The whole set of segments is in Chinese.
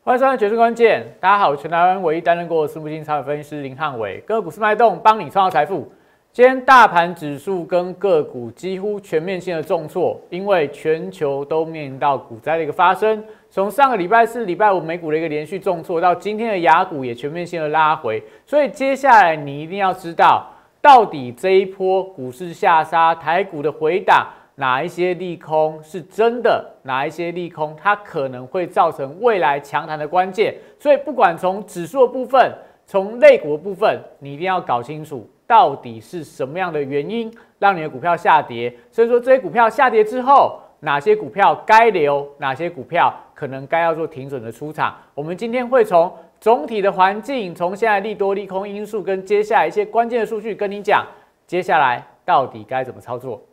欢迎收看《决胜关键》，大家好，我是全台湾唯一担任过私募基金长分析师林汉伟，个股市脉动，帮你创造财富。今天大盘指数跟个股几乎全面性的重挫，因为全球都面临到股灾的一个发生。从上个礼拜四、礼拜五美股的一个连续重挫，到今天的亚股也全面性的拉回，所以接下来你一定要知道，到底这一波股市下杀、台股的回档，哪一些利空是真的，哪一些利空它可能会造成未来强弹的关键。所以不管从指数的部分，从类股的部分，你一定要搞清楚到底是什么样的原因让你的股票下跌。所以说这些股票下跌之后，哪些股票该留，哪些股票可能该要做停损的出场。我们今天会从总体的环境，从现在利多利空因素跟接下来一些关键的数据跟你讲，接下来到底该怎么操作。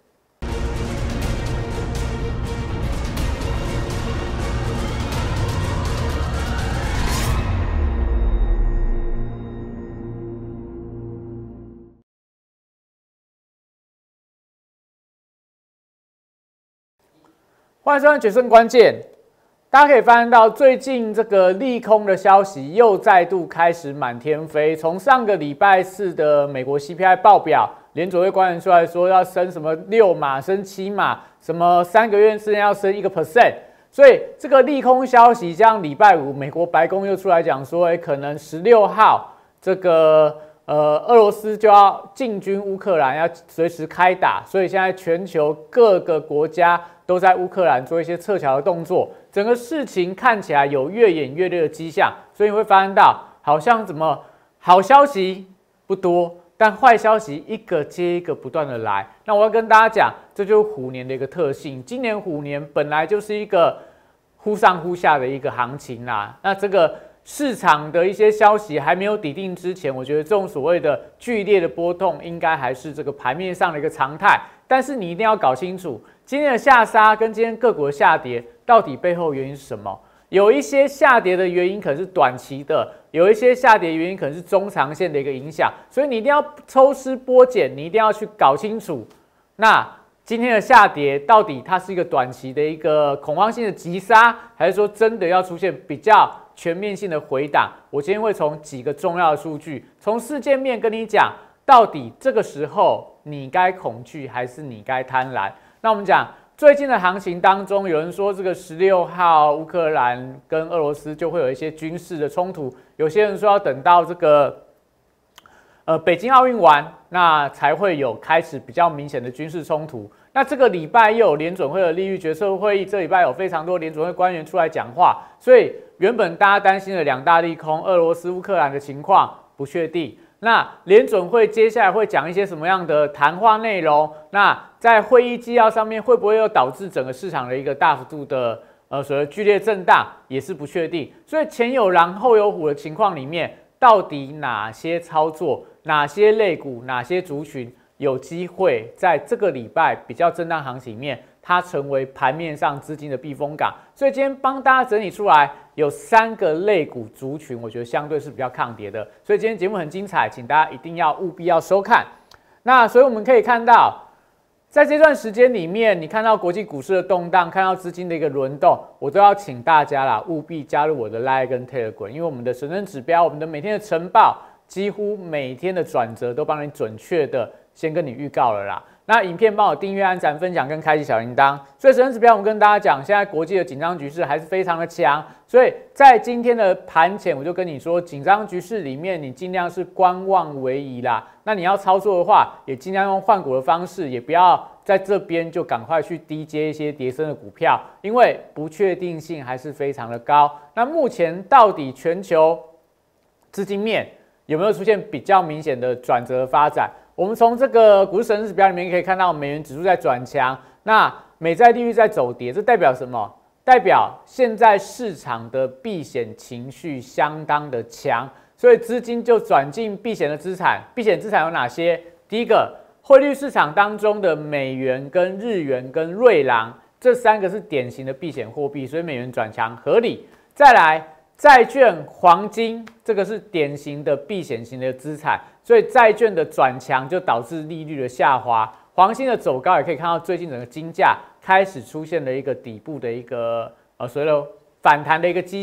欢迎收看《决胜关键》。大家可以发现到，最近这个利空的消息又再度开始满天飞。从上个礼拜四的美国 CPI 报表，联准会官员出来说要升什么6码、升7码，什么3个月之内要升1%。所以这个利空消息，加上礼拜五美国白宫又出来讲说，可能16号这个俄罗斯就要进军乌克兰，要随时开打。所以现在全球各个国家都在乌克兰做一些撤侨的动作，整个事情看起来有越演越烈的迹象，所以你会发现到，好像怎么好消息不多，但坏消息一个接一个不断的来。那我要跟大家讲，这就是虎年的一个特性。今年虎年本来就是一个忽上忽下的一个行情啦。那这个市场的一些消息还没有底定之前，我觉得这种所谓的剧烈的波动，应该还是这个盘面上的一个常态。但是你一定要搞清楚，今天的下杀跟今天个股的下跌，到底背后原因是什么？有一些下跌的原因可能是短期的，有一些下跌的原因可能是中长线的一个影响，所以你一定要抽丝剥茧，你一定要去搞清楚。那今天的下跌到底它是一个短期的一个恐慌性的急杀，还是说真的要出现比较全面性的回档？我今天会从几个重要的数据，从事件面跟你讲，到底这个时候你该恐惧还是你该贪婪？那我们讲最近的行情当中，有人说这个16号乌克兰跟俄罗斯就会有一些军事的冲突，有些人说要等到这个北京奥运完，那才会有开始比较明显的军事冲突。那这个礼拜又有联准会的利率决策会议，这礼拜有非常多联准会官员出来讲话，所以原本大家担心的两大利空，俄罗斯、乌克兰的情况不确定。那联准会接下来会讲一些什么样的谈话内容？那在会议纪要上面会不会又导致整个市场的一个大幅度的所谓剧烈震荡，也是不确定。所以前有狼后有虎的情况里面，到底哪些操作、哪些类股、哪些族群有机会在这个礼拜比较震荡行情里面，它成为盘面上资金的避风港？所以今天帮大家整理出来，有3个类股族群，我觉得相对是比较抗跌的。所以今天节目很精彩，请大家一定要务必要收看。那所以我们可以看到，在这段时间里面，你看到国际股市的动荡，看到资金的一个轮动，我都要请大家啦，务必加入我的 Line 跟 Telegram， 因为我们的神针指标，我们的每天的晨报，几乎每天的转折都帮你准确的先跟你预告了啦。那影片帮我订阅、按赞、分享跟开启小铃铛。所以神针指标，我们跟大家讲，现在国际的紧张局势还是非常的强。所以在今天的盘前，我就跟你说，紧张局势里面，你尽量是观望为宜啦。那你要操作的话，也尽量用换股的方式，也不要在这边就赶快去低接一些跌升的股票，因为不确定性还是非常的高。那目前到底全球资金面有没有出现比较明显的转折发展？我们从这个股市神针指标里面可以看到，美元指数在转强，那美债利率在走跌，这代表什么？代表现在市场的避险情绪相当的强，所以资金就转进避险的资产。避险资产有哪些？第一个，汇率市场当中的美元、跟日元、跟瑞郎，这3个是典型的避险货币，所以美元转强合理。再来，债券、黄金，这个是典型的避险型的资产，所以债券的转强就导致利率的下滑。黄金的走高，也可以看到最近整个金价开始出现了一个底部的一个所谓的反弹的一个迹象。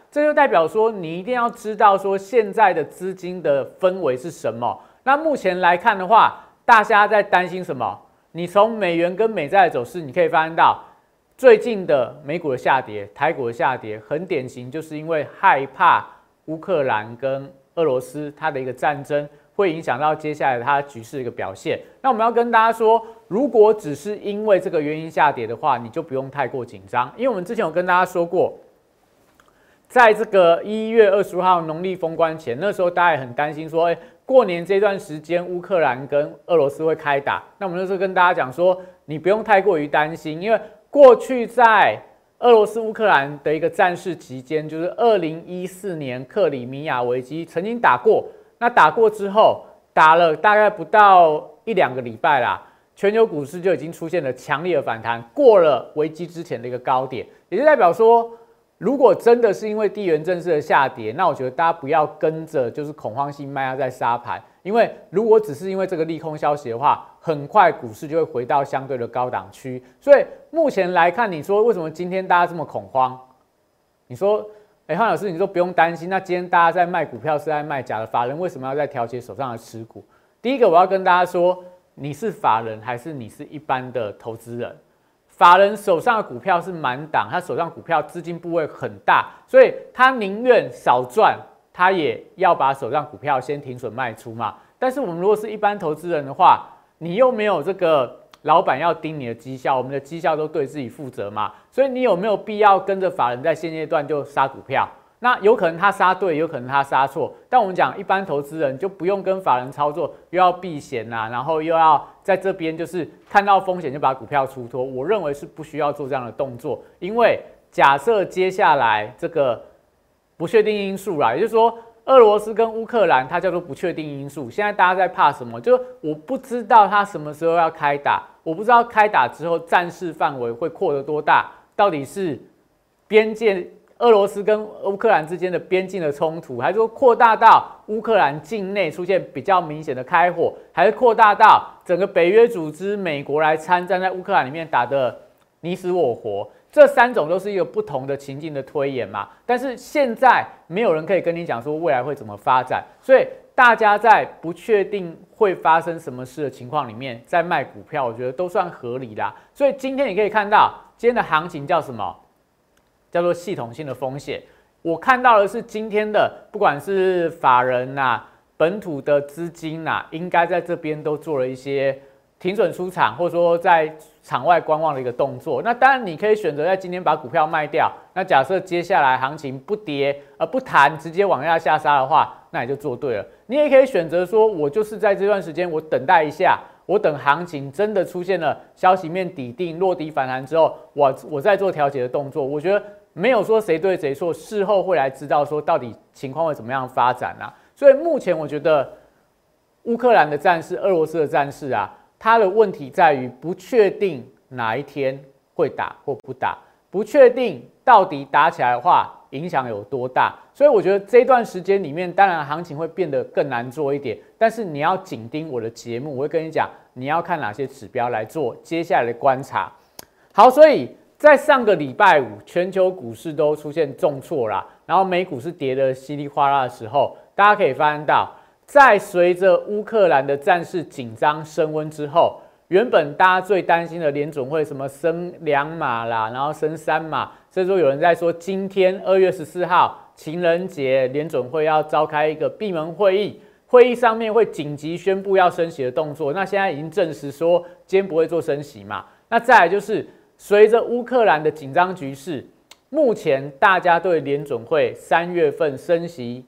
这就代表说你一定要知道说现在的资金的氛围是什么。那目前来看的话，大家在担心什么？你从美元跟美债的走势，你可以发现到最近的美股的下跌、台股的下跌，很典型，就是因为害怕乌克兰跟俄罗斯它的一个战争会影响到接下来它局势的一个表现。那我们要跟大家说，如果只是因为这个原因下跌的话，你就不用太过紧张，因为我们之前有跟大家说过，在这个1月25号农历封关前，那时候大家也很担心说，过年这段时间乌克兰跟俄罗斯会开打。那我们那时候跟大家讲说，你不用太过于担心，因为过去在俄罗斯乌克兰的一个战事期间，就是2014年克里米亚危机曾经打过。那打过之后，打了大概不到1-2个礼拜啦，全球股市就已经出现了强烈的反弹，过了危机之前的一个高点，也就代表说，如果真的是因为地缘政治的下跌，那我觉得大家不要跟着就是恐慌性卖压在杀盘，因为如果只是因为这个利空消息的话，很快股市就会回到相对的高档区。所以目前来看，你说为什么今天大家这么恐慌？你说，汉老师，你说不用担心，那今天大家在卖股票是在卖假的，法人为什么要在调节手上的持股？第一个我要跟大家说，你是法人还是你是一般的投资人？法人手上的股票是满档，他手上股票资金部位很大，所以他宁愿少赚，他也要把手上股票先停损卖出嘛。但是我们如果是一般投资人的话，你又没有这个老板要盯你的绩效，我们的绩效都对自己负责嘛，所以你有没有必要跟着法人在现阶段就杀股票？那有可能他杀对，有可能他杀错，但我们讲一般投资人就不用跟法人操作，又要避险呐，然后又要在这边就是看到风险就把股票出脱，我认为是不需要做这样的动作，因为假设接下来这个不确定因素啦，也就是说俄罗斯跟乌克兰它叫做不确定因素，现在大家在怕什么？就是我不知道它什么时候要开打，我不知道开打之后战事范围会扩得多大，到底是边界。俄罗斯跟乌克兰之间的边境的冲突，还是说扩大到乌克兰境内出现比较明显的开火，还是扩大到整个北约组织美国来参战，在乌克兰里面打得你死我活？这3种都是一个不同的情境的推演嘛。但是现在没有人可以跟你讲说未来会怎么发展，所以大家在不确定会发生什么事的情况里面，在卖股票，我觉得都算合理啦。所以今天你可以看到，今天的行情叫什么？叫做系统性的风险。我看到的是今天的，不管是法人呐、本土的资金呐，应该在这边都做了一些停损出场，或者说在场外观望的一个动作。那当然，你可以选择在今天把股票卖掉。那假设接下来行情不跌不弹，直接往下杀的话，那你就做对了。你也可以选择说，我就是在这段时间我等待一下。我等行情真的出现了消息面底定落底反弹之后，我再做调节的动作。我觉得没有说谁对谁错，事后会来知道说到底情况会怎么样发展啊。所以目前我觉得乌克兰的战事、俄罗斯的战事啊，它的问题在于不确定哪一天会打或不打，不确定到底打起来的话影响有多大。所以我觉得这段时间里面，当然行情会变得更难做一点，但是你要紧盯我的节目，我会跟你讲你要看哪些指标来做接下来的观察。好，所以在上个礼拜五，全球股市都出现重挫啦，然后美股是跌得稀里哗啦的时候，大家可以发现到，在随着乌克兰的战事紧张升温之后，原本大家最担心的联准会什么升2码啦，然后升3码，所以说有人在说今天2月14号情人节，联准会要召开一个闭门会议，会议上面会紧急宣布要升息的动作。那现在已经证实说今天不会做升息嘛。那再来就是随着乌克兰的紧张局势，目前大家对联准会3月份升息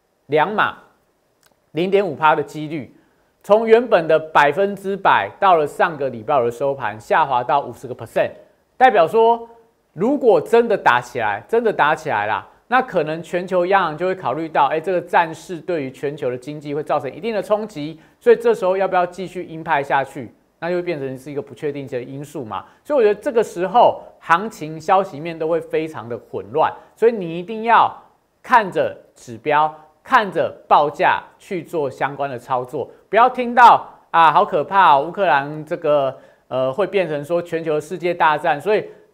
2码 0.5% 的几率，从原本的100%到了上个礼拜的收盘下滑到50%，代表说如果真的打起来啦，那可能全球央行就会考虑到，这个战事对于全球的经济会造成一定的冲击，所以这时候要不要继续鹰派下去，那就会变成是一个不确定性的因素嘛。所以我觉得这个时候行情消息面都会非常的混乱，所以你一定要看着指标，看着报价去做相关的操作，不要听到好可怕乌克兰这个会变成说全球的世界大战，所以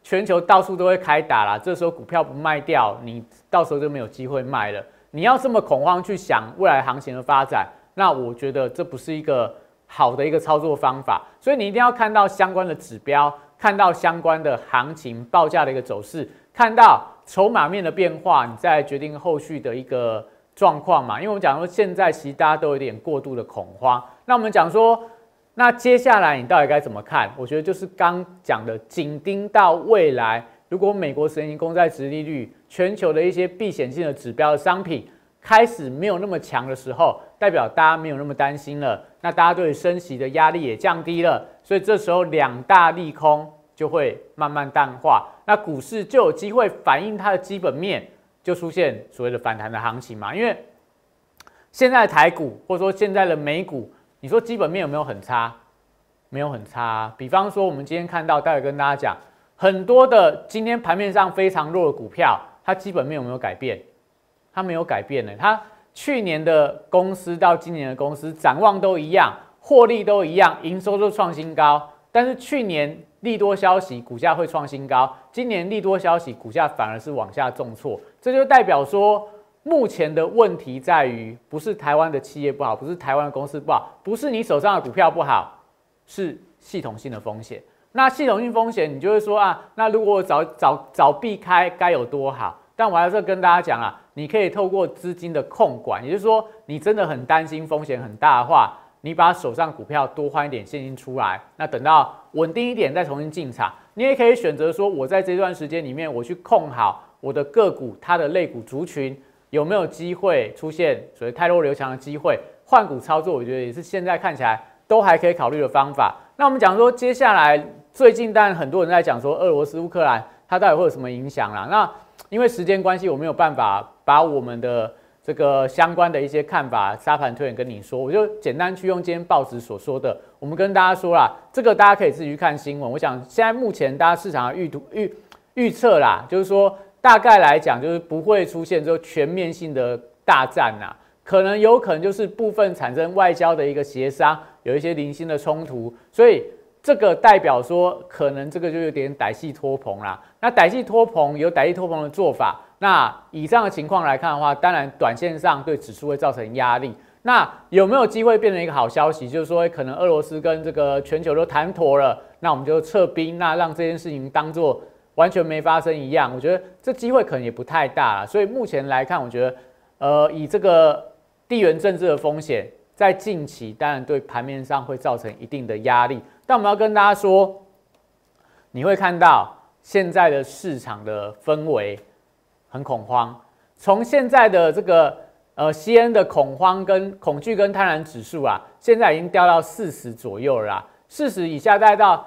全球到处都会开打啦，这时候股票不卖掉，你到时候就没有机会卖了。你要这么恐慌去想未来行情的发展，那我觉得这不是一个好的一个操作方法。所以你一定要看到相关的指标，看到相关的行情报价的一个走势，看到筹码面的变化，你再决定后续的一个状况嘛。因为我们讲说现在其实大家都有点过度的恐慌，那我们讲说。那接下来你到底该怎么看？我觉得就是刚讲的，紧盯到未来，如果美国10年期公债殖利率、全球的一些避险性的指标的商品开始没有那么强的时候，代表大家没有那么担心了，那大家对升息的压力也降低了，所以这时候两大利空就会慢慢淡化，那股市就有机会反映它的基本面，就出现所谓的反弹的行情嘛。因为现在的台股或者说现在的美股。你说基本面有没有很差？没有很差啊。比方说，我们今天看到，待会跟大家讲，很多的今天盘面上非常弱的股票，它基本面有没有改变？它没有改变呢。它去年的公司到今年的公司展望都一样，获利都一样，营收都创新高。但是去年利多消息，股价会创新高；今年利多消息，股价反而是往下重挫。这就代表说。目前的问题在于，不是台湾的企业不好，不是台湾的公司不好，不是你手上的股票不好，是系统性的风险。那系统性风险，你就会说啊，那如果我早避开，该有多好？但我还是跟大家讲啊，你可以透过资金的控管，也就是说，你真的很担心风险很大的话，你把手上股票多换一点现金出来，那等到稳定一点再重新进场。你也可以选择说，我在这段时间里面，我去控好我的个股，它的类股族群。有没有机会出现所谓太弱留强的机会？换股操作，我觉得也是现在看起来都还可以考虑的方法。那我们讲说，接下来最近当然很多人在讲说，俄罗斯、乌克兰它到底会有什么影响啦？那因为时间关系，我没有办法把我们的这个相关的一些看法、沙盘推演跟你说，我就简单去用今天报纸所说的，我们跟大家说啦，这个大家可以自己去看新闻。我想现在目前大家市场的预测啦，就是说。大概来讲，就是不会出现就全面性的大战呐，有可能就是部分产生外交的一个协商，有一些零星的冲突，所以这个代表说，可能这个就有点歹戏拖棚啦。那歹戏拖棚有歹戏拖棚的做法，那以上的情况来看的话，当然短线上对指数会造成压力。那有没有机会变成一个好消息？就是说，可能俄罗斯跟这个全球都谈妥了，那我们就撤兵，那让这件事情当作。完全没发生一样，我觉得这机会可能也不太大了。所以目前来看，我觉得，以这个地缘政治的风险，在近期当然对盘面上会造成一定的压力。但我们要跟大家说，你会看到现在的市场的氛围很恐慌。从现在的这个CN 的恐惧跟贪婪指数啊，现在已经掉到40左右了啦，40以下大概到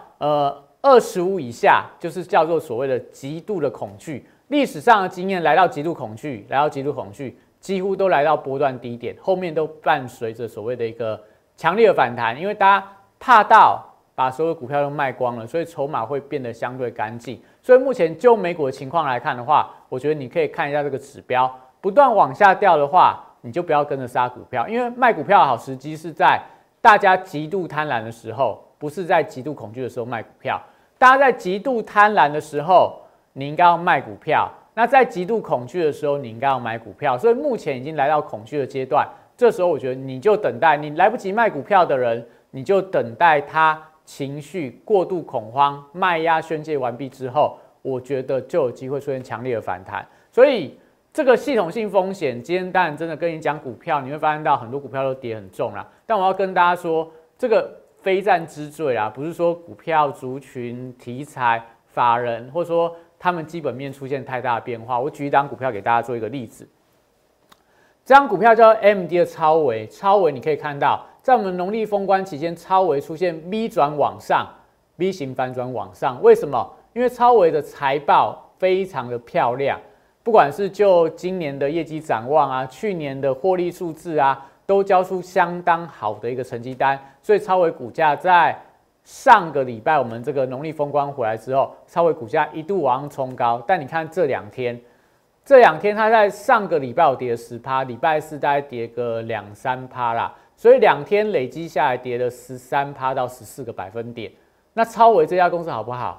25以下就是叫做所谓的极度的恐惧，历史上的经验来到极度恐惧，几乎都来到波段低点，后面都伴随着所谓的一个强烈的反弹，因为大家怕到把所有股票都卖光了，所以筹码会变得相对干净。所以目前就美股的情况来看的话，我觉得你可以看一下这个指标，不断往下掉的话，你就不要跟着杀股票，因为卖股票的好时机是在大家极度贪婪的时候，不是在极度恐惧的时候卖股票。大家在极度贪婪的时候，你应该要卖股票；那在极度恐惧的时候，你应该要买股票。所以目前已经来到恐惧的阶段，这时候我觉得你就等待，你来不及卖股票的人，你就等待他情绪过度恐慌、卖压宣泄完毕之后，我觉得就有机会出现强烈的反弹。所以这个系统性风险，今天当然真的跟你讲股票，你会发现到很多股票都跌很重啦。但我要跟大家说，这个。非战之罪啊，不是说股票族群、题材、法人，或者说他们基本面出现太大的变化。我举一档股票给大家做一个例子，这张股票叫 AMD 的超微，超微你可以看到，在我们农历封关期间，超微出现 V 转往上 ，V 型反转往上。为什么？因为超微的财报非常的漂亮，不管是就今年的业绩展望啊，去年的获利数字啊。都交出相当好的一个成绩单，所以超微股价在上个礼拜我们这个农历封关回来之后，超微股价一度往上冲高，但你看这两天它在上个礼拜有跌了10%，礼拜四大概跌个2-3%啦，所以2天累积下来跌了13%到14个百分点。那超微这家公司好不好？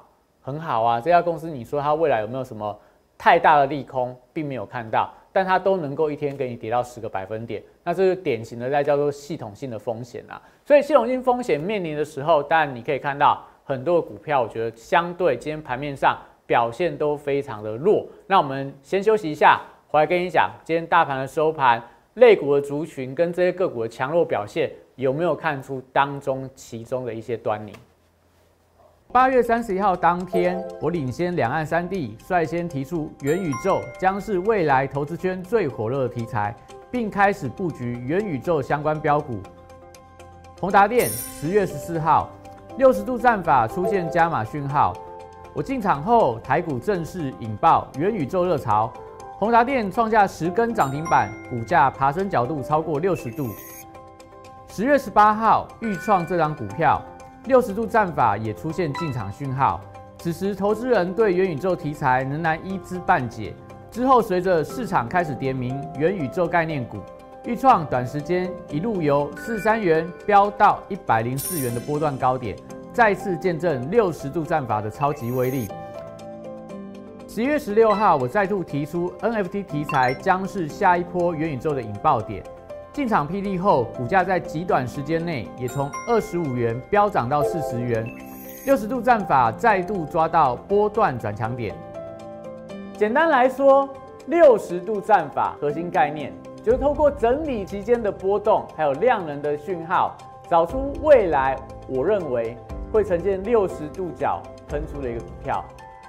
很好啊，这家公司你说它未来有没有什么太大的利空，并没有看到，但它都能够一天给你跌到10个百分点，那这是典型的在叫做系统性的风险啊。所以系统性风险面临的时候，当然你可以看到很多的股票，我觉得相对今天盘面上表现都非常的弱。那我们先休息一下，回来跟你讲今天大盘的收盘，类股的族群跟这些个股的强弱表现，有没有看出其中的一些端倪？8月31号当天，我领先两岸三地，率先提出元宇宙将是未来投资圈最火热的题材，并开始布局元宇宙相关标股。宏达电10月14号60度战法出现加码讯号，我进场后，台股正式引爆元宇宙热潮，宏达电创下10根涨停板，股价爬升角度超过60度。10月18号，预创这张股票。60度战法也出现进场讯号，此时投资人对元宇宙题材仍然一知半解。之后随着市场开始点名元宇宙概念股，预创短时间一路由43元飙到104元的波段高点，再次见证60度战法的超级威力。11月16号，我再度提出 NFT 题材将是下一波元宇宙的引爆点。进场霹雳后，股价在极短时间内也从25元飙涨到40元，60度战法再度抓到波段转强点。简单来说，60度战法核心概念就是透过整理期间的波动，还有量能的讯号，找出未来我认为会呈现60度角喷出的一个股票。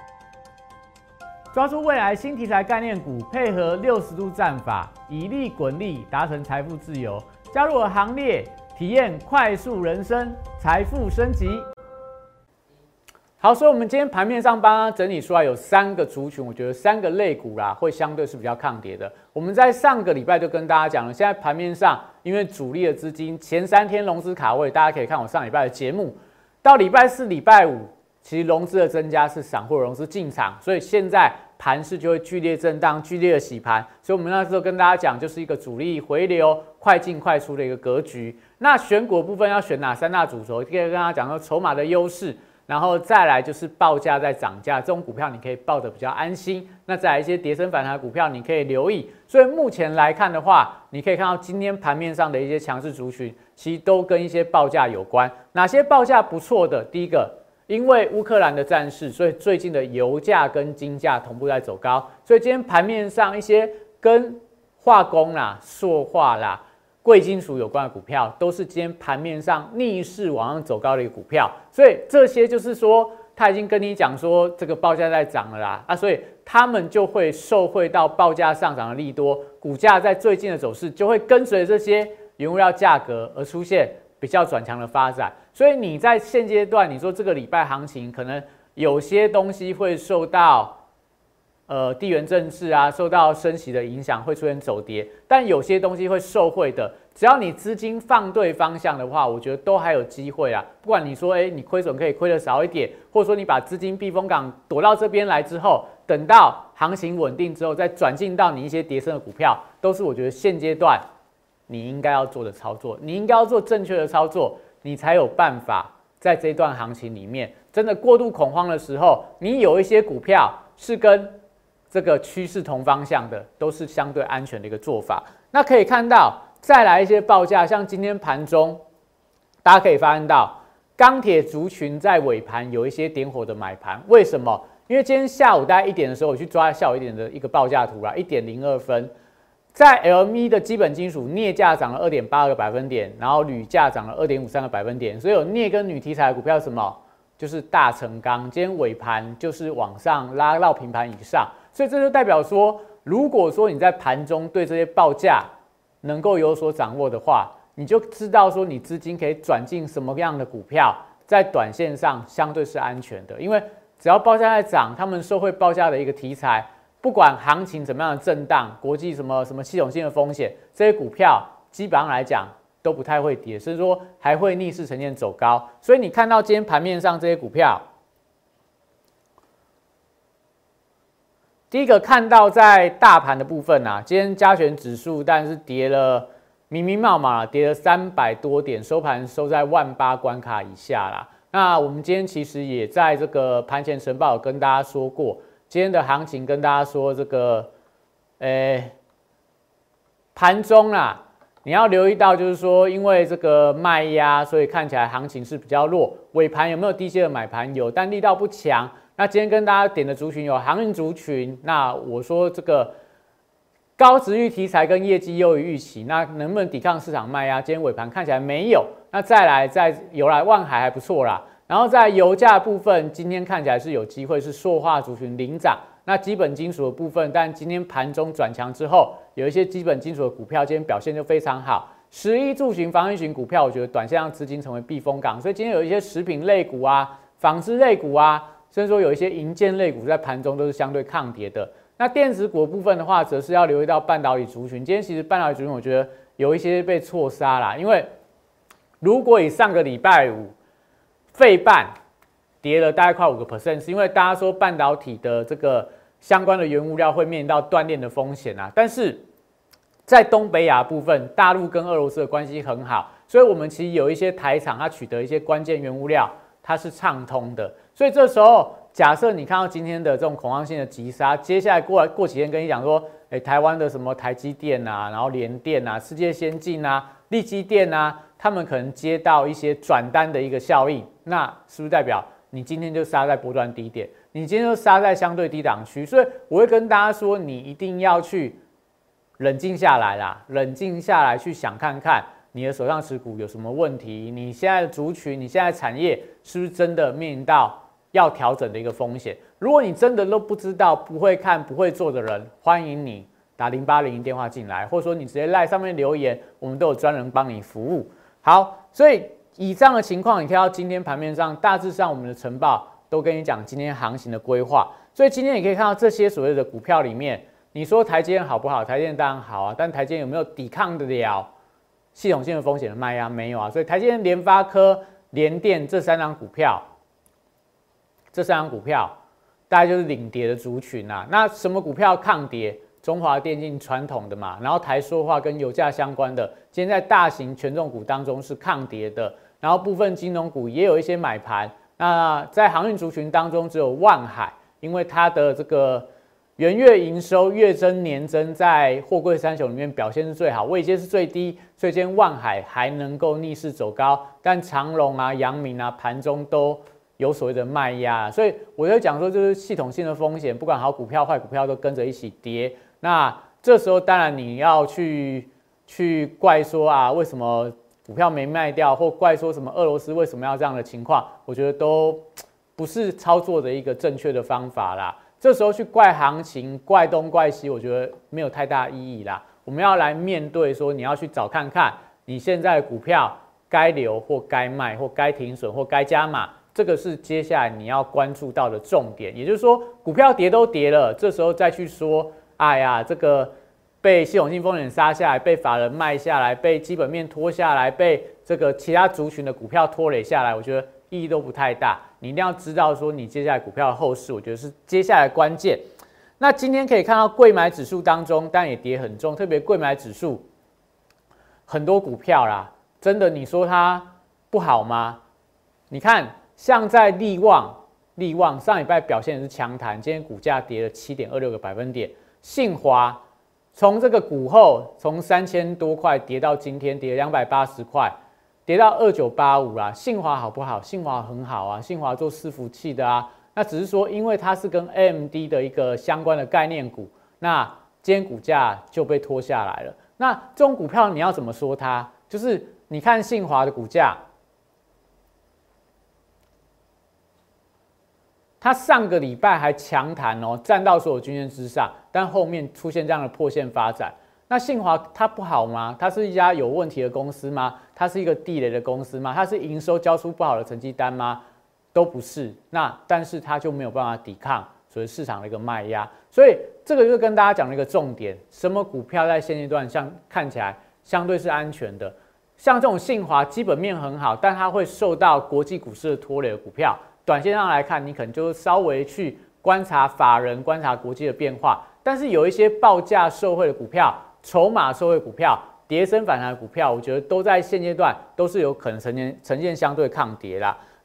抓住未来新题材概念股，配合60度战法，以利滚利，达成财富自由。加入我行列，体验快速人生，财富升级。好，所以我们今天盘面上帮它整理出来有3个族群，我觉得3个类股啦，会相对是比较抗跌的。我们在上个礼拜就跟大家讲了，现在盘面上因为主力的资金前3天融资卡位，大家可以看我上礼拜的节目，到礼拜4、礼拜5。其实融资的增加是散户融资进场，所以现在盘势就会剧烈震荡、剧烈的洗盘。所以我们那时候跟大家讲，就是一个主力回流、快进快出的一个格局。那选股部分要选哪3大主轴？可以跟大家讲说筹码的优势，然后再来就是报价在涨价，这种股票你可以抱得比较安心。那再来一些跌升反弹的股票，你可以留意。所以目前来看的话，你可以看到今天盘面上的一些强势族群，其实都跟一些报价有关。哪些报价不错的？第一个。因为乌克兰的战事，所以最近的油价跟金价同步在走高，所以今天盘面上一些跟化工啦、塑化啦、贵金属有关的股票，都是今天盘面上逆势往上走高的一个股票。所以这些就是说，他已经跟你讲说这个报价在涨了啦，所以他们就会受惠到报价上涨的利多，股价在最近的走势就会跟随这些原物料价格而出现比较转强的发展。所以你在现阶段，你说这个礼拜行情可能有些东西会受到地缘政治啊，受到升息的影响，会出现走跌，但有些东西会受惠的。只要你资金放对方向的话，我觉得都还有机会啊。不管你说，你亏损可以亏得少一点，或者说你把资金避风港躲到这边来之后，等到行情稳定之后，再转进到你一些跌升的股票，都是我觉得现阶段你应该要做的操作，你应该要做正确的操作。你才有办法在这段行情里面，真的过度恐慌的时候，你有一些股票是跟这个趋势同方向的，都是相对安全的一个做法。那可以看到，再来一些报价，像今天盘中，大家可以发现到钢铁族群在尾盘有一些点火的买盘，为什么？因为今天下午大概1点的时候，我去抓下午1点的一个报价图啦，1点02分。在 LME 的基本金属镍价涨了2.82个百分点，然后铝价涨了2.53个百分点，所以有镍跟铝题材的股票是什么？就是大成钢，今天尾盘就是往上拉到平盘以上，所以这就代表说，如果说你在盘中对这些报价能够有所掌握的话，你就知道说你资金可以转进什么样的股票，在短线上相对是安全的，因为只要报价在涨，他们受惠报价的一个题材。不管行情怎么样的震荡，国际什么系统性的风险，这些股票基本上来讲都不太会跌，甚至说还会逆势呈现走高。所以你看到今天盘面上这些股票，第一个看到在大盘的部分啊，今天加权指数但是跌了密密麻麻，跌了300多点，收盘收在18000关卡以下啦。 那我们今天其实也在这个盘前晨报有跟大家说过，今天的行情跟大家说这个，盘中啦，你要留意到就是说，因为这个卖压，所以看起来行情是比较弱。尾盘有没有低阶的买盘？有，但力道不强。那今天跟大家点的族群有航运族群，那我说这个高殖率题材跟业绩优于预期，那能不能抵抗市场卖压？今天尾盘看起来没有。那再来，万海还不错啦。然后在油价部分，今天看起来是有机会是塑化族群领涨。那基本金属的部分，但今天盘中转强之后，有一些基本金属的股票今天表现就非常好。11柱型、防御型股票，我觉得短线上资金成为避风港，所以今天有一些食品类股啊、纺织类股啊，甚至说有一些营建类股在盘中都是相对抗跌的。那电子股的部分的话，则是要留意到半导体族群。今天其实半导体族群，我觉得有一些被错杀啦，因为如果以上个礼拜五费半跌了大概快5%，是因为大家说半导体的这个相关的原物料会面临到断链的风险啊。但是在东北亚部分，大陆跟俄罗斯的关系很好，所以我们其实有一些台厂，它取得一些关键原物料，它是畅通的。所以这时候，假设你看到今天的这种恐慌性的急杀，接下来过几天跟你讲说，台湾的什么台积电啊，然后联电啊、世界先进啊、力积电啊，他们可能接到一些转单的一个效应，那是不是代表你今天就杀在波段低点？你今天就杀在相对低档区？所以我会跟大家说，你一定要去冷静下来啦，冷静下来去想看看你的手上持股有什么问题，你现在的族群、你现在的产业是不是真的面临到要调整的一个风险？如果你真的都不知道、不会看、不会做的人，欢迎你打0800电话进来，或者说你直接赖上面留言，我们都有专人帮你服务。好，所以以这样的情况，你看到今天盘面上大致上我们的晨报都跟你讲今天行情的规划，所以今天你可以看到这些所谓的股票里面，你说台积电好不好？台积电当然好啊，但台积电有没有抵抗得了系统性的风险的卖压？没有啊，所以台积电、联发科、联电这三档股票大概就是领跌的族群啊。那什么股票抗跌？中华电信传统的嘛，然后台塑化跟油价相关的，今天在大型权重股当中是抗跌的，然后部分金融股也有一些买盘。那在航运族群当中，只有万海，因为它的这个元月营收月增年增在货柜三雄里面表现是最好，位阶是最低，所以今天万海还能够逆势走高，但长荣啊、阳明啊盘中都有所谓的卖压，所以我就讲说，就是系统性的风险，不管好股票坏股票都跟着一起跌。那这时候当然你要去怪说啊，为什么股票没卖掉，或怪说什么俄罗斯为什么要这样的情况，我觉得都不是操作的一个正确的方法啦。这时候去怪行情、怪东怪西，我觉得没有太大意义啦。我们要来面对说，你要去找看看你现在的股票该留或该卖，或该停损或该加码。这个是接下来你要关注到的重点，也就是说，股票跌都跌了，这时候再去说，哎呀，这个被系统性风险杀下来，被法人卖下来，被基本面拖下来，被这个其他族群的股票拖累下来，我觉得意义都不太大。你一定要知道说，你接下来股票的后市，我觉得是接下来的关键。那今天可以看到柜买指数当中，当然也跌很重，特别柜买指数很多股票啦，真的你说它不好吗？你看。像在力旺上礼拜表现的是强弹，今天股价跌了7.26个百分点。信华从这个股后从3000多块跌到今天跌了280块，跌到2985啦。信华好不好？信华很好啊，信华做伺服器的啊。那只是说，因为它是跟 AMD 的一个相关的概念股，那今天股价就被拖下来了。那这种股票你要怎么说它？就是你看信华的股价。它上个礼拜还强弹哦，站到所有均线之上，但后面出现这样的破线发展。那信华它不好吗？它是一家有问题的公司吗？它是一个地雷的公司吗？它是营收交出不好的成绩单吗？都不是。那但是它就没有办法抵抗所谓市场的一个卖压，所以这个就跟大家讲了一个重点：什么股票在现阶段看起来相对是安全的？像这种信华基本面很好，但它会受到国际股市的拖累的股票。短线上来看，你可能就稍微去观察法人、观察国际的变化，但是有一些报价受惠的股票、筹码受惠股票、跌升反弹的股票，我觉得都在现阶段都是有可能呈现相对抗跌啦。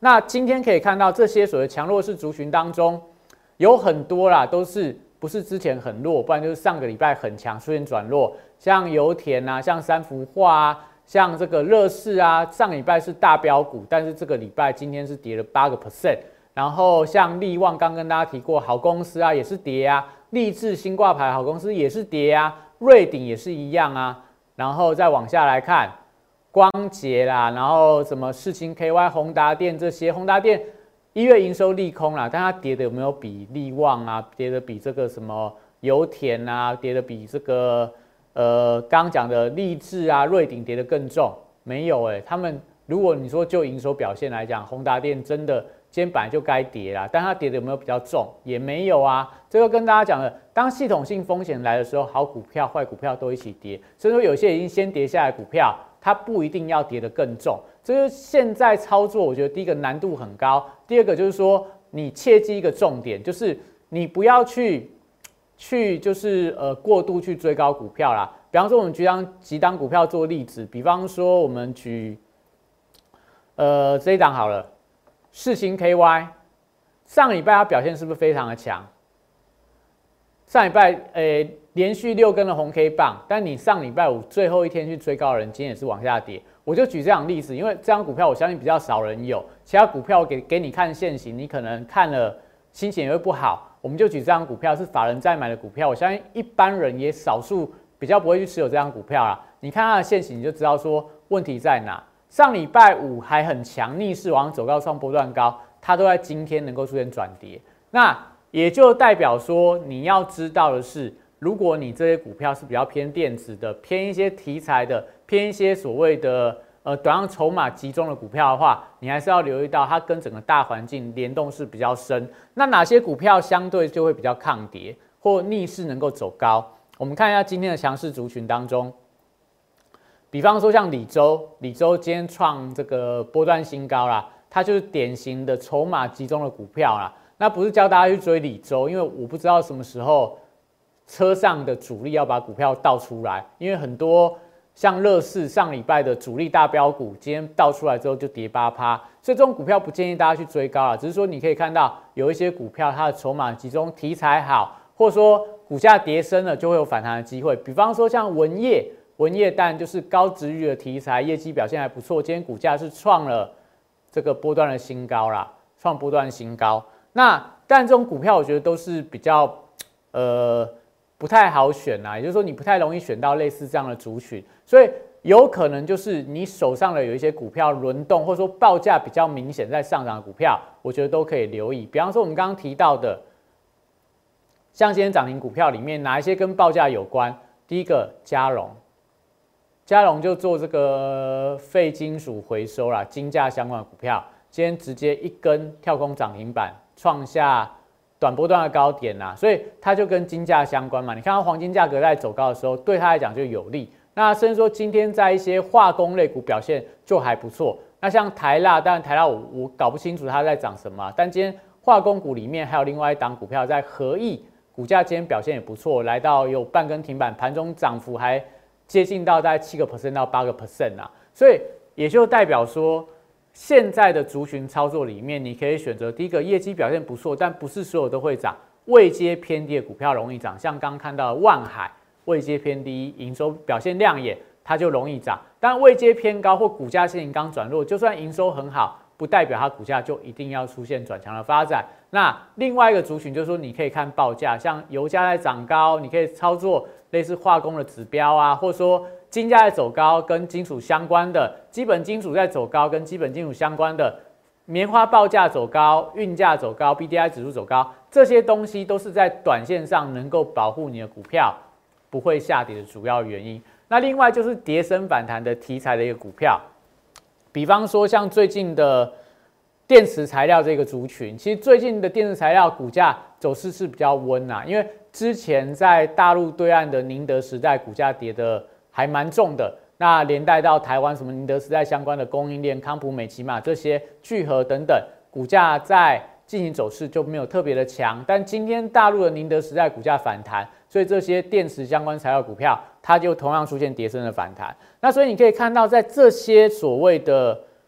那今天可以看到这些所谓强弱势族群当中，有很多啦，都是不是之前很弱，不然就是上个礼拜很强出现转弱，像油田啊，像三福化啊，像这个乐视啊，上礼拜是大标股，但是这个礼拜今天是跌了8%。然后像力旺刚跟大家提过，好公司啊也是跌啊，立志新挂牌好公司也是跌啊，瑞鼎也是一样啊。然后再往下来看，光捷啦，然后什么世勤 KY、宏达电这些，宏达电1月营收利空啦，但它跌的有没有比力旺啊，跌的比这个什么油田啊，跌的比这个刚刚讲的立志啊、瑞鼎跌的更重？没有他们如果你说就营收表现来讲，宏达电真的今天本来就该跌啦，但它跌的有没有比较重？也没有啊。这个跟大家讲了，当系统性风险来的时候，好股票、坏股票都一起跌。所以说，有些已经先跌下来的股票，它不一定要跌得更重。这就是现在操作，我觉得第一个难度很高，第二个就是说，你切记一个重点，就是你不要去就是过度去追高股票啦。比方说，我们举几档股票做例子，比方说我们举这一档好了。世勤 KY 上礼拜它表现是不是非常的强？上礼拜连续6根的红 K 棒，但你上礼拜五最后一天去追高的人，今天也是往下跌。我就举这样例子，因为这张股票我相信比较少人有，其他股票给你看现行，你可能看了心情也会不好。我们就举这张股票是法人在买的股票，我相信一般人也少数比较不会去持有这张股票啦。你看它的现行，你就知道说问题在哪。上礼拜五还很强，逆势往上走高创波段高，它都在今天能够出现转跌，那也就代表说你要知道的是，如果你这些股票是比较偏电子的、偏一些题材的、偏一些所谓的短量筹码集中的股票的话，你还是要留意到它跟整个大环境联动是比较深。那哪些股票相对就会比较抗跌或逆势能够走高？我们看一下今天的强势族群当中。比方说像李州今天创这个波段新高啦，它就是典型的筹码集中的股票啦。那不是教大家去追李州，因为我不知道什么时候车上的主力要把股票倒出来，因为很多像乐视上礼拜的主力大标股，今天倒出来之后就跌8%，所以这种股票不建议大家去追高啦。只是说你可以看到有一些股票它的筹码集中，题材好，或者说股价跌深了就会有反弹的机会。比方说像文业蛋就是高殖率的题材，业绩表现还不错，今天股价是创了这个波段的新高啦，创波段新高。那但这种股票我觉得都是比较不太好选啦，也就是说你不太容易选到类似这样的族群，所以有可能就是你手上的有一些股票轮动，或者说报价比较明显在上涨的股票，我觉得都可以留意。比方说我们刚刚提到的，像今天涨停股票里面哪一些跟报价有关？第一个嘉荣就做这个废金属回收啦，金价相关的股票，今天直接一根跳空涨停板，创下短波段的高点啦，所以它就跟金价相关嘛。你看到黄金价格在走高的时候，对它来讲就有利。那甚至说今天在一些化工类股表现就还不错。那像台蜡，当然台蜡我搞不清楚它在涨什么，但今天化工股里面还有另外一档股票在合意，股价今天表现也不错，来到有半根停板，盘中涨幅还接近到大概7% 到8% 啊，所以也就代表说，现在的族群操作里面，你可以选择第一个业绩表现不错，但不是所有都会涨，位阶偏低的股票容易涨，像刚刚看到的万海，位阶偏低，营收表现亮眼，它就容易涨。但位阶偏高或股价现刚转弱，就算营收很好，不代表它股价就一定要出现转强的发展。那另外一个族群就是说，你可以看报价，像油价在涨高，你可以操作类似化工的指标啊，或者说金价在走高，跟金属相关的基本金属在走高，跟基本金属相关的棉花报价走高，运价走高 ，BDI 指数走高，这些东西都是在短线上能够保护你的股票不会下跌的主要原因。那另外就是跌升反弹的题材的一个股票，比方说像最近的电池材料这个族群，其实最近的电池材料股价走势是比较温啊，因为之前在大陆对岸的宁德时代股价跌的还蛮重的，那连带到台湾什么宁德时代相关的供应链，康普、美琪玛这些聚合等等，股价在进行走势就没有特别的强。但今天大陆的宁德时代股价反弹，所以这些电池相关材料股票，它就同样出现跌升的反弹。那所以你可以看到，在这些所谓的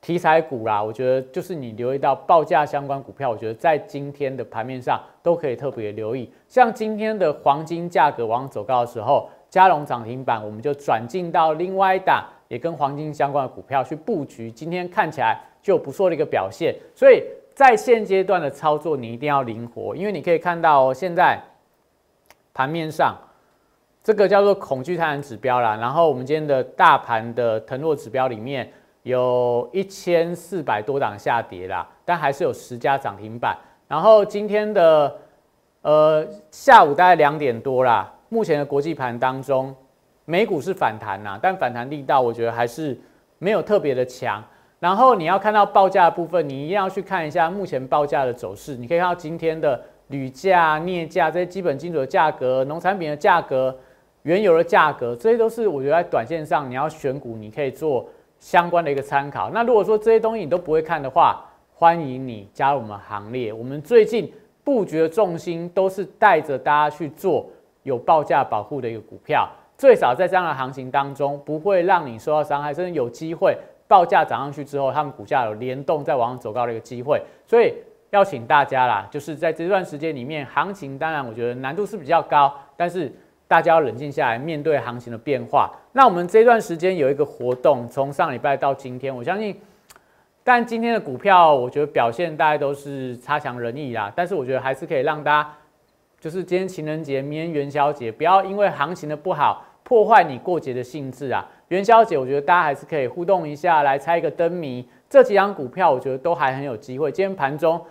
题材股啦，我觉得就是你留意到报价相关股票，我觉得在今天的盘面上都可以特别留意。像今天的黄金价格往上走高的时候，佳龙涨停板，我们就转进到另外一档也跟黄金相关的股票去布局。今天看起来就有不错的一个表现，所以在现阶段的操作你一定要灵活，因为你可以看到哦，现在盘面上这个叫做恐惧贪婪指标啦，然后我们今天的大盘的腾落指标里面有1400多档下跌啦，但还是有10家涨停板。然后今天的下午大概2点多啦，目前的国际盘当中，美股是反弹啦，但反弹力道我觉得还是没有特别的强。然后你要看到报价的部分，你一定要去看一下目前报价的走势。你可以看到今天的铝价、镍价这些基本金属的价格、农产品的价格、原油的价格，这些都是我觉得在短线上你要选股，你可以做相关的一个参考。那如果说这些东西你都不会看的话，欢迎你加入我们行列。我们最近布局的重心都是带着大家去做有报价保护的一个股票，最少在这样的行情当中不会让你受到伤害，甚至有机会报价涨上去之后，他们股价有联动再往上走高的一个机会。所以要请大家啦，就是在这段时间里面，行情当然我觉得难度是比较高，但是大家要冷静下来面对行情的变化。那我们这段时间有一个活动，从上礼拜到今天，我相信，但今天的股票我觉得表现大概都是差强人意啦，但是我觉得还是可以让大家，就是今天情人节，明天元宵节，不要因为行情的不好破坏你过节的兴致啊。元宵节我觉得大家还是可以互动一下，来猜一个灯谜。这几档股票我觉得都还很有机会。今天盘中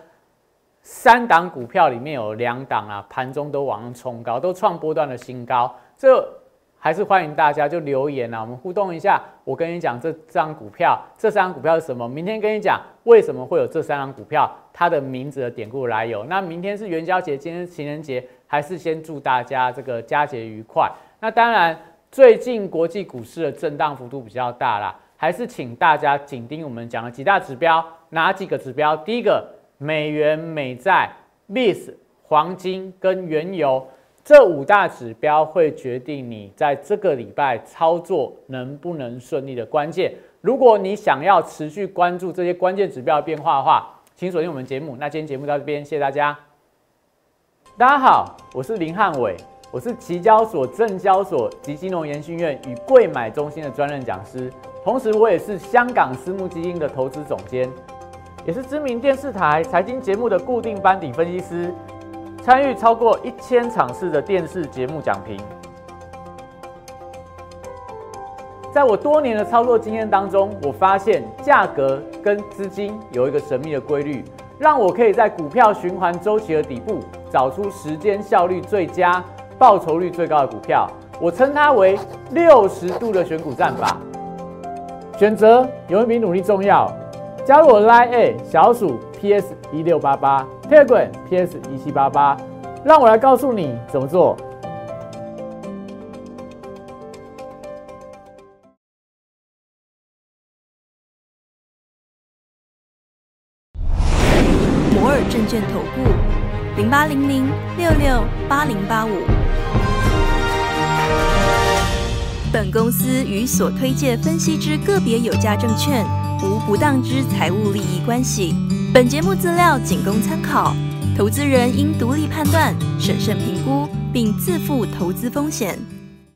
3档股票里面有2档啊，盘中都往上冲高，都创波段的新高。这还是欢迎大家就留言啊，我们互动一下。我跟你讲这张股票，这3档股票是什么？明天跟你讲为什么会有这3档股票，它的名字的典故来由。那明天是元宵节，今天是情人节，还是先祝大家这个佳节愉快。那当然，最近国际股市的震荡幅度比较大啦，还是请大家紧盯我们讲的几大指标。哪几个指标？第一个，美元、美债、VIX、黄金跟原油，这5大指标会决定你在这个礼拜操作能不能顺利的关键。如果你想要持续关注这些关键指标的变化的话，请锁定我们节目。那今天节目到这边，谢谢大家。大家好，我是林汉伟。我是期交所、证交所及金融研训院与柜买中心的专任讲师，同时我也是香港私募基金的投资总监，也是知名电视台财经节目的固定班底分析师，参与超过1000场次的电视节目讲评。在我多年的操作经验当中，我发现价格跟资金有一个神秘的规律，让我可以在股票循环周期的底部找出时间效率最佳、报酬率最高的股票，我称它为60度的选股战法。选择永远比努力重要。加入我 Line@ 小鼠 PS1688 Telegram PS1788，让我来告诉你怎么做。 摩尔证券投顾0800668085。本公司与所推介分析之个别有价证券无不当之财务利益关系。本节目资料仅供参考，投资人应独立判断、审慎评估，并自负投资风险。